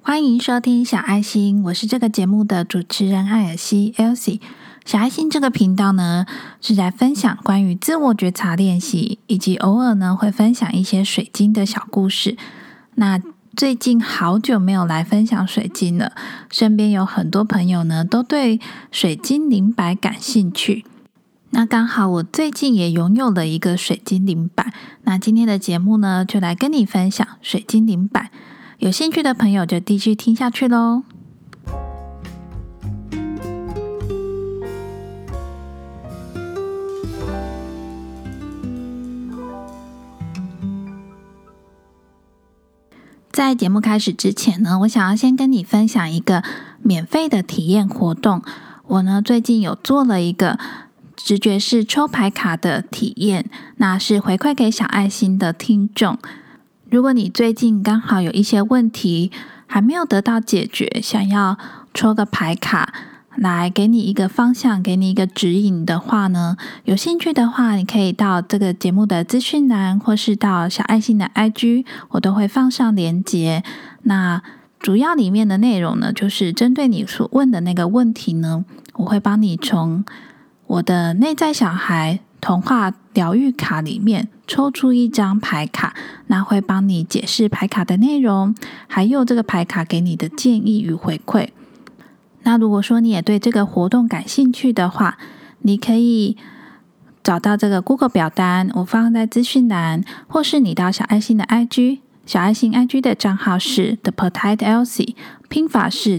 欢迎收听小爱心，我是这个节目的主持人艾尔西 Elsie。小爱心这个频道呢，是在分享关于自我觉察练习，以及偶尔呢会分享一些水晶的小故事。那最近好久没有来分享水晶了，身边有很多朋友呢都对水晶灵摆感兴趣。那刚好我最近也拥有了一个水晶灵摆，那今天的节目呢就来跟你分享水晶灵摆。有兴趣的朋友就继续听下去咯。在节目开始之前呢，我想要先跟你分享一个免费的体验活动。我呢最近有做了一个直觉式抽牌卡的体验，那是回馈给小爱心的听众。如果你最近刚好有一些问题还没有得到解决，想要抽个牌卡来给你一个方向，给你一个指引的话呢，有兴趣的话你可以到这个节目的资讯栏，或是到小爱心的 IG， 我都会放上连结。那主要里面的内容呢，就是针对你所问的那个问题呢，我会帮你从我的内在小孩童话疗愈卡里面抽出一张牌卡，那会帮你解释牌卡的内容，还有这个牌卡给你的建议与回馈。那如果说你也对这个活动感兴趣的话，你可以找到这个 Google 表单，我放在资讯栏，或是你到小爱心的 IG， 小爱心 IG 的账号是 The Petite Elsie， 拼法是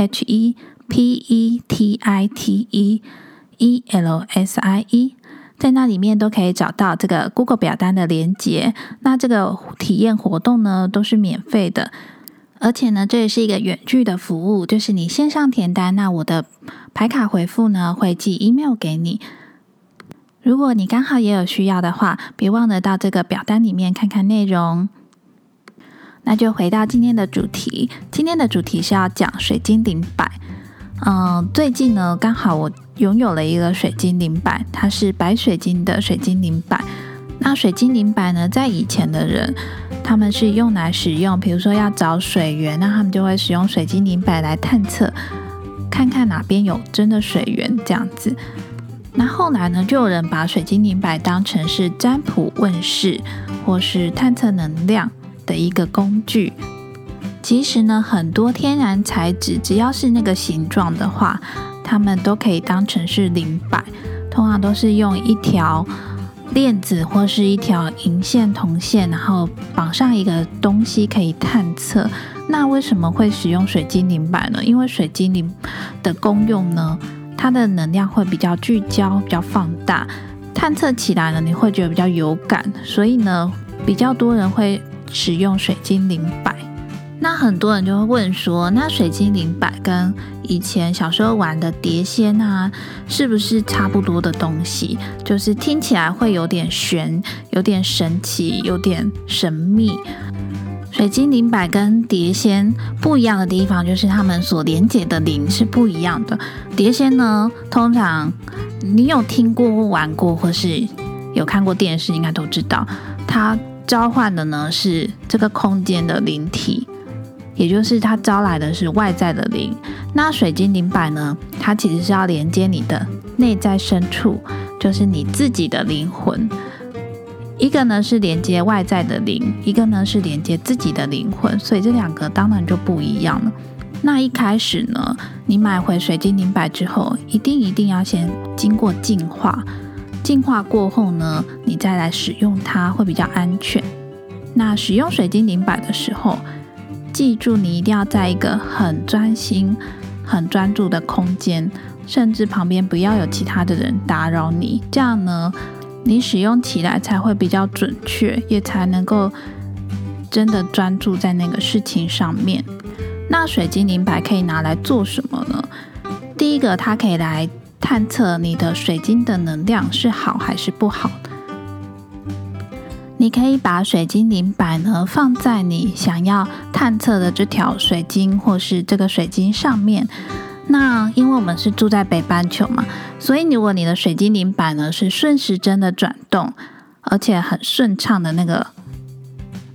THEPETITE在那里面都可以找到这个 Google 表单的连结。那这个体验活动呢都是免费的，而且呢这也是一个远距的服务，就是你线上填单，那我的牌卡回复呢会寄 email 给你。如果你刚好也有需要的话，别忘了到这个表单里面看看内容。那就回到今天的主题，今天的主题是要讲水晶灵摆。最近呢刚好我拥有了一个水晶灵摆，它是白水晶的水晶灵摆。那水晶灵摆呢，在以前的人他们是用来使用，比如说要找水源，那他们就会使用水晶灵摆来探测，看看哪边有真的水源这样子。那后来呢，就有人把水晶灵摆当成是占卜问世或是探测能量的一个工具。其实呢，很多天然材质只要是那个形状的话，它们都可以当成是灵摆，通常都是用一条链子或是一条银线铜线，然后绑上一个东西可以探测。那为什么会使用水晶灵摆呢？因为水晶灵的功用呢，它的能量会比较聚焦，比较放大，探测起来呢你会觉得比较有感，所以呢比较多人会使用水晶灵摆。那很多人就会问说，那水晶灵摆跟以前小时候玩的碟仙啊，是不是差不多的东西？就是听起来会有点玄，有点神奇，有点神秘。水晶灵摆跟碟仙不一样的地方，就是他们所连接的灵是不一样的。碟仙呢，通常你有听过或玩过，或是有看过电视，应该都知道，它召唤的呢是这个空间的灵体，也就是它招来的是外在的灵。那水晶灵摆呢，它其实是要连接你的内在深处，就是你自己的灵魂。一个呢是连接外在的灵，一个呢是连接自己的灵魂，所以这两个当然就不一样了。那一开始呢，你买回水晶灵摆之后，一定要先经过净化，净化过后呢，你再来使用它会比较安全。那使用水晶灵摆的时候，记住你一定要在一个很专心很专注的空间，甚至旁边不要有其他的人打扰你，这样呢你使用起来才会比较准确，也才能够真的专注在那个事情上面。那水晶灵摆可以拿来做什么呢？第一个，它可以来探测你的水晶的能量是好还是不好的。你可以把水晶灵摆呢放在你想要探测的这条水晶或是这个水晶上面。那因为我们是住在北半球嘛，所以如果你的水晶灵摆呢是顺时针的转动，而且很顺畅的那个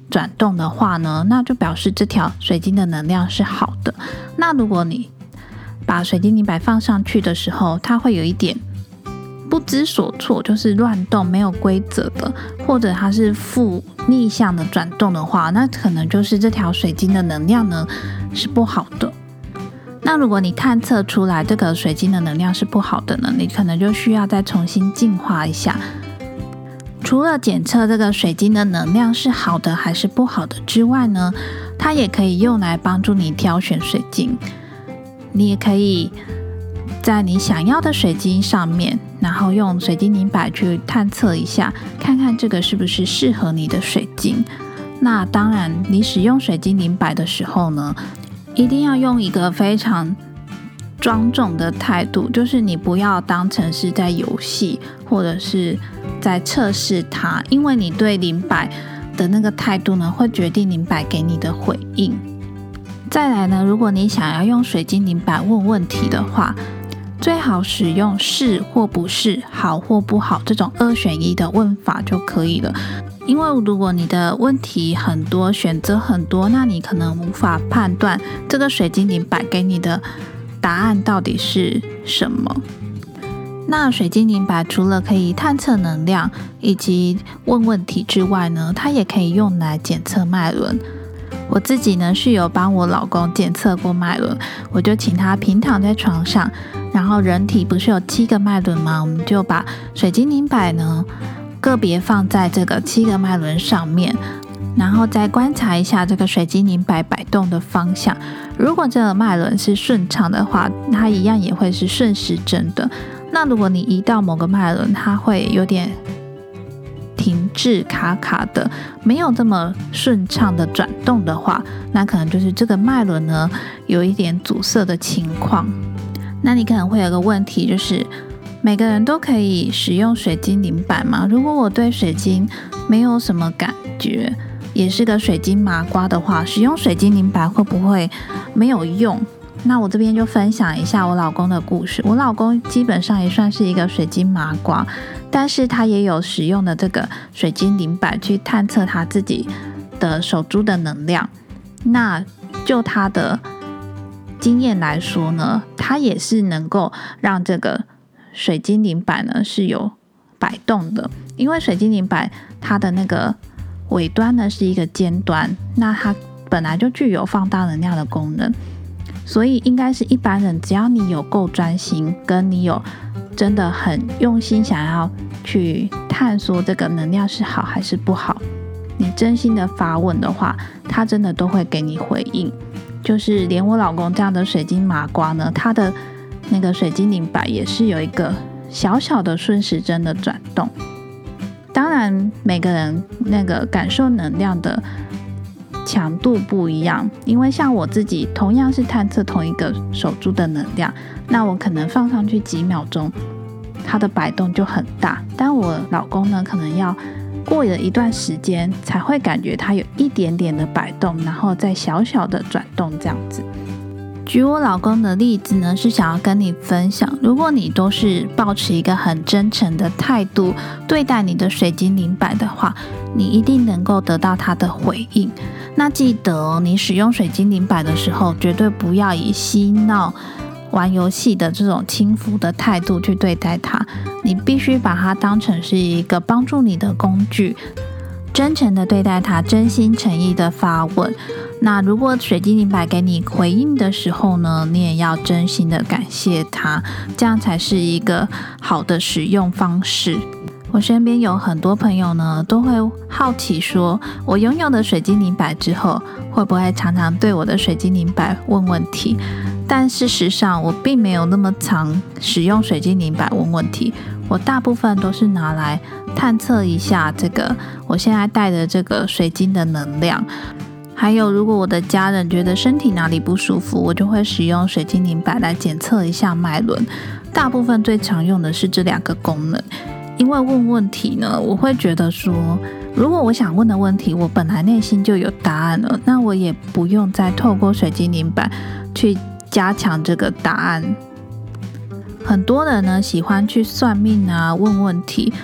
转动的话呢，那就表示这条水晶的能量是好的。那如果你把水晶灵摆放上去的时候，它会有一点不知所措，就是乱动没有规则的，或者它是负逆向的转动的话，那可能就是这条水晶的能量呢是不好的。那如果你探测出来这个水晶的能量是不好的呢，你可能就需要再重新净化一下。除了检测这个水晶的能量是好的还是不好的之外呢，它也可以用来帮助你挑选水晶。你也可以在你想要的水晶上面，然后用水晶灵摆去探测一下，看看这个是不是适合你的水晶。那当然，你使用水晶灵摆的时候呢，一定要用一个非常庄重的态度，就是你不要当成是在游戏或者是在测试它，因为你对灵摆的那个态度呢，会决定灵摆给你的回应。再来呢，如果你想要用水晶灵摆问问题的话，最好使用是或不是、好或不好这种2选1的问法就可以了。因为如果你的问题很多，选择很多，那你可能无法判断这个水晶灵摆给你的答案到底是什么。那水晶灵摆除了可以探测能量以及问问题之外呢，它也可以用来检测脉轮。我自己呢是有帮我老公检测过脉轮，我就请他平躺在床上，然后人体不是有7个脉轮吗？我们就把水晶灵摆呢个别放在这个7个脉轮上面，然后再观察一下这个水晶灵摆摆动的方向。如果这个脉轮是顺畅的话，它一样也会是顺时针的。那如果你移到某个脉轮，它会有点停滞卡卡的，没有这么顺畅的转动的话，那可能就是这个脉轮呢有一点阻塞的情况。那你可能会有个问题，就是每个人都可以使用水晶灵摆吗？如果我对水晶没有什么感觉，也是个水晶麻瓜的话，使用水晶灵摆会不会没有用？那我这边就分享一下我老公的故事。我老公基本上也算是一个水晶麻瓜，但是他也有使用的这个水晶灵摆去探测他自己的手珠的能量。那就他的经验来说呢，他也是能够让这个水晶灵摆呢是有摆动的，因为水晶灵摆它的那个尾端呢是一个尖端，那它本来就具有放大能量的功能，所以应该是一般人只要你有够专心，跟你有真的很用心想要去探索这个能量是好还是不好，你真心的发问的话，他真的都会给你回应。就是连我老公这样的水晶麻瓜呢，他的那个水晶灵摆也是有一个小小的顺时针的转动。当然每个人那个感受能量的强度不一样，因为像我自己同样是探测同一个手珠的能量，那我可能放上去几秒钟它的摆动就很大，但我老公呢可能要过了一段时间才会感觉它有一点点的摆动，然后再小小的转动这样子。举我老公的例子呢，是想要跟你分享，如果你都是抱持一个很真诚的态度对待你的水晶灵摆的话，你一定能够得到它的回应。那记得哦，你使用水晶灵摆的时候，绝对不要以嬉闹玩游戏的这种轻浮的态度去对待它，你必须把它当成是一个帮助你的工具，真诚的对待它，真心诚意的发问。那如果水晶灵摆给你回应的时候呢，你也要真心的感谢它，这样才是一个好的使用方式。我身边有很多朋友呢，都会好奇说，我拥有的水晶灵摆之后，会不会常常对我的水晶灵摆问问题？但事实上，我并没有那么常使用水晶灵摆问问题，我大部分都是拿来探测一下这个我现在带的这个水晶的能量。还有如果我的家人觉得身体哪里不舒服，我就会使用水晶灵摆来检测一下脉轮。大部分最常用的是这2个功能。因为问问题呢，我会觉得说，如果我想问的问题我本来内心就有答案了，那我也不用再透过水晶灵摆去加强这个答案。很多人呢喜欢去算命啊，问问题，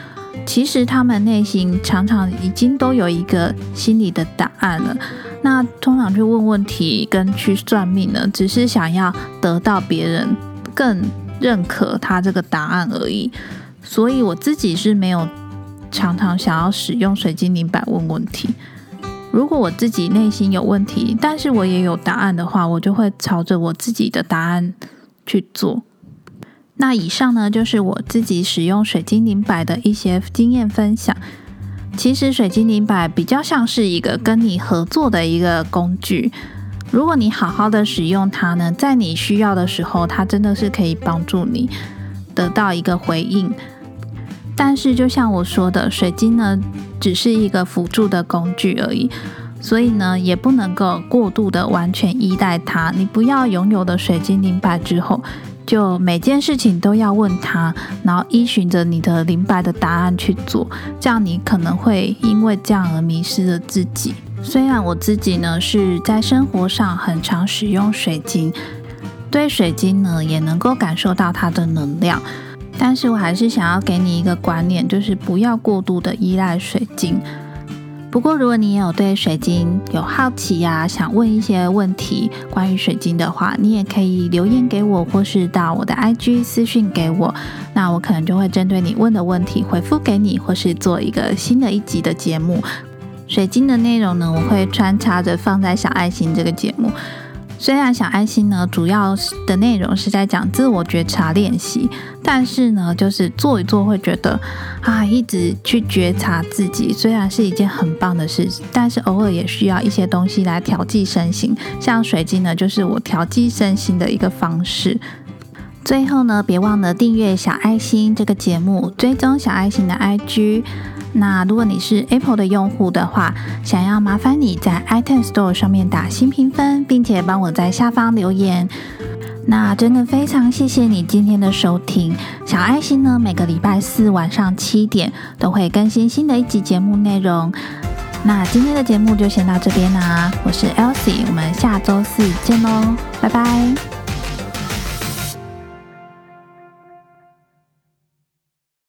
其实他们内心常常已经都有一个心里的答案了。那通常去问问题跟去算命呢，只是想要得到别人更认可他这个答案而已。所以我自己是没有常常想要使用水晶灵摆问问题。如果我自己内心有问题，但是我也有答案的话，我就会朝着我自己的答案去做。那以上呢，就是我自己使用水晶灵摆的一些经验分享。其实水晶灵摆比较像是一个跟你合作的一个工具，如果你好好的使用它呢，在你需要的时候，它真的是可以帮助你得到一个回应。但是就像我说的，水晶呢只是一个辅助的工具而已，所以呢也不能够过度的完全依赖它。你不要拥有的水晶灵摆之后，就每件事情都要问他，然后依循着你的灵摆的答案去做，这样你可能会因为这样而迷失了自己。虽然我自己呢是在生活上很常使用水晶，对水晶呢也能够感受到它的能量，但是我还是想要给你一个观念，就是不要过度的依赖水晶。不过如果你也有对水晶有好奇啊，想问一些问题关于水晶的话，你也可以留言给我，或是到我的 IG 私讯给我，那我可能就会针对你问的问题回复给你，或是做一个新的一集的节目。水晶的内容呢，我会穿插着放在小爱心这个节目。虽然小爱心呢主要的内容是在讲自我觉察练习，但是呢就是做一做会觉得一直去觉察自己，虽然是一件很棒的事，但是偶尔也需要一些东西来调剂身心，像水晶呢就是我调剂身心的一个方式。最后呢，别忘了订阅小爱心这个节目，追踪小爱心的 IG。那如果你是 Apple 的用户的话，想要麻烦你在 iTunes Store 上面打新评分，并且帮我在下方留言。那真的非常谢谢你今天的收听。小爱心呢，每个礼拜四晚上7点都会更新新的一集节目内容。那今天的节目就先到这边啦，我是 Elsie， 我们下周四见咯，拜拜。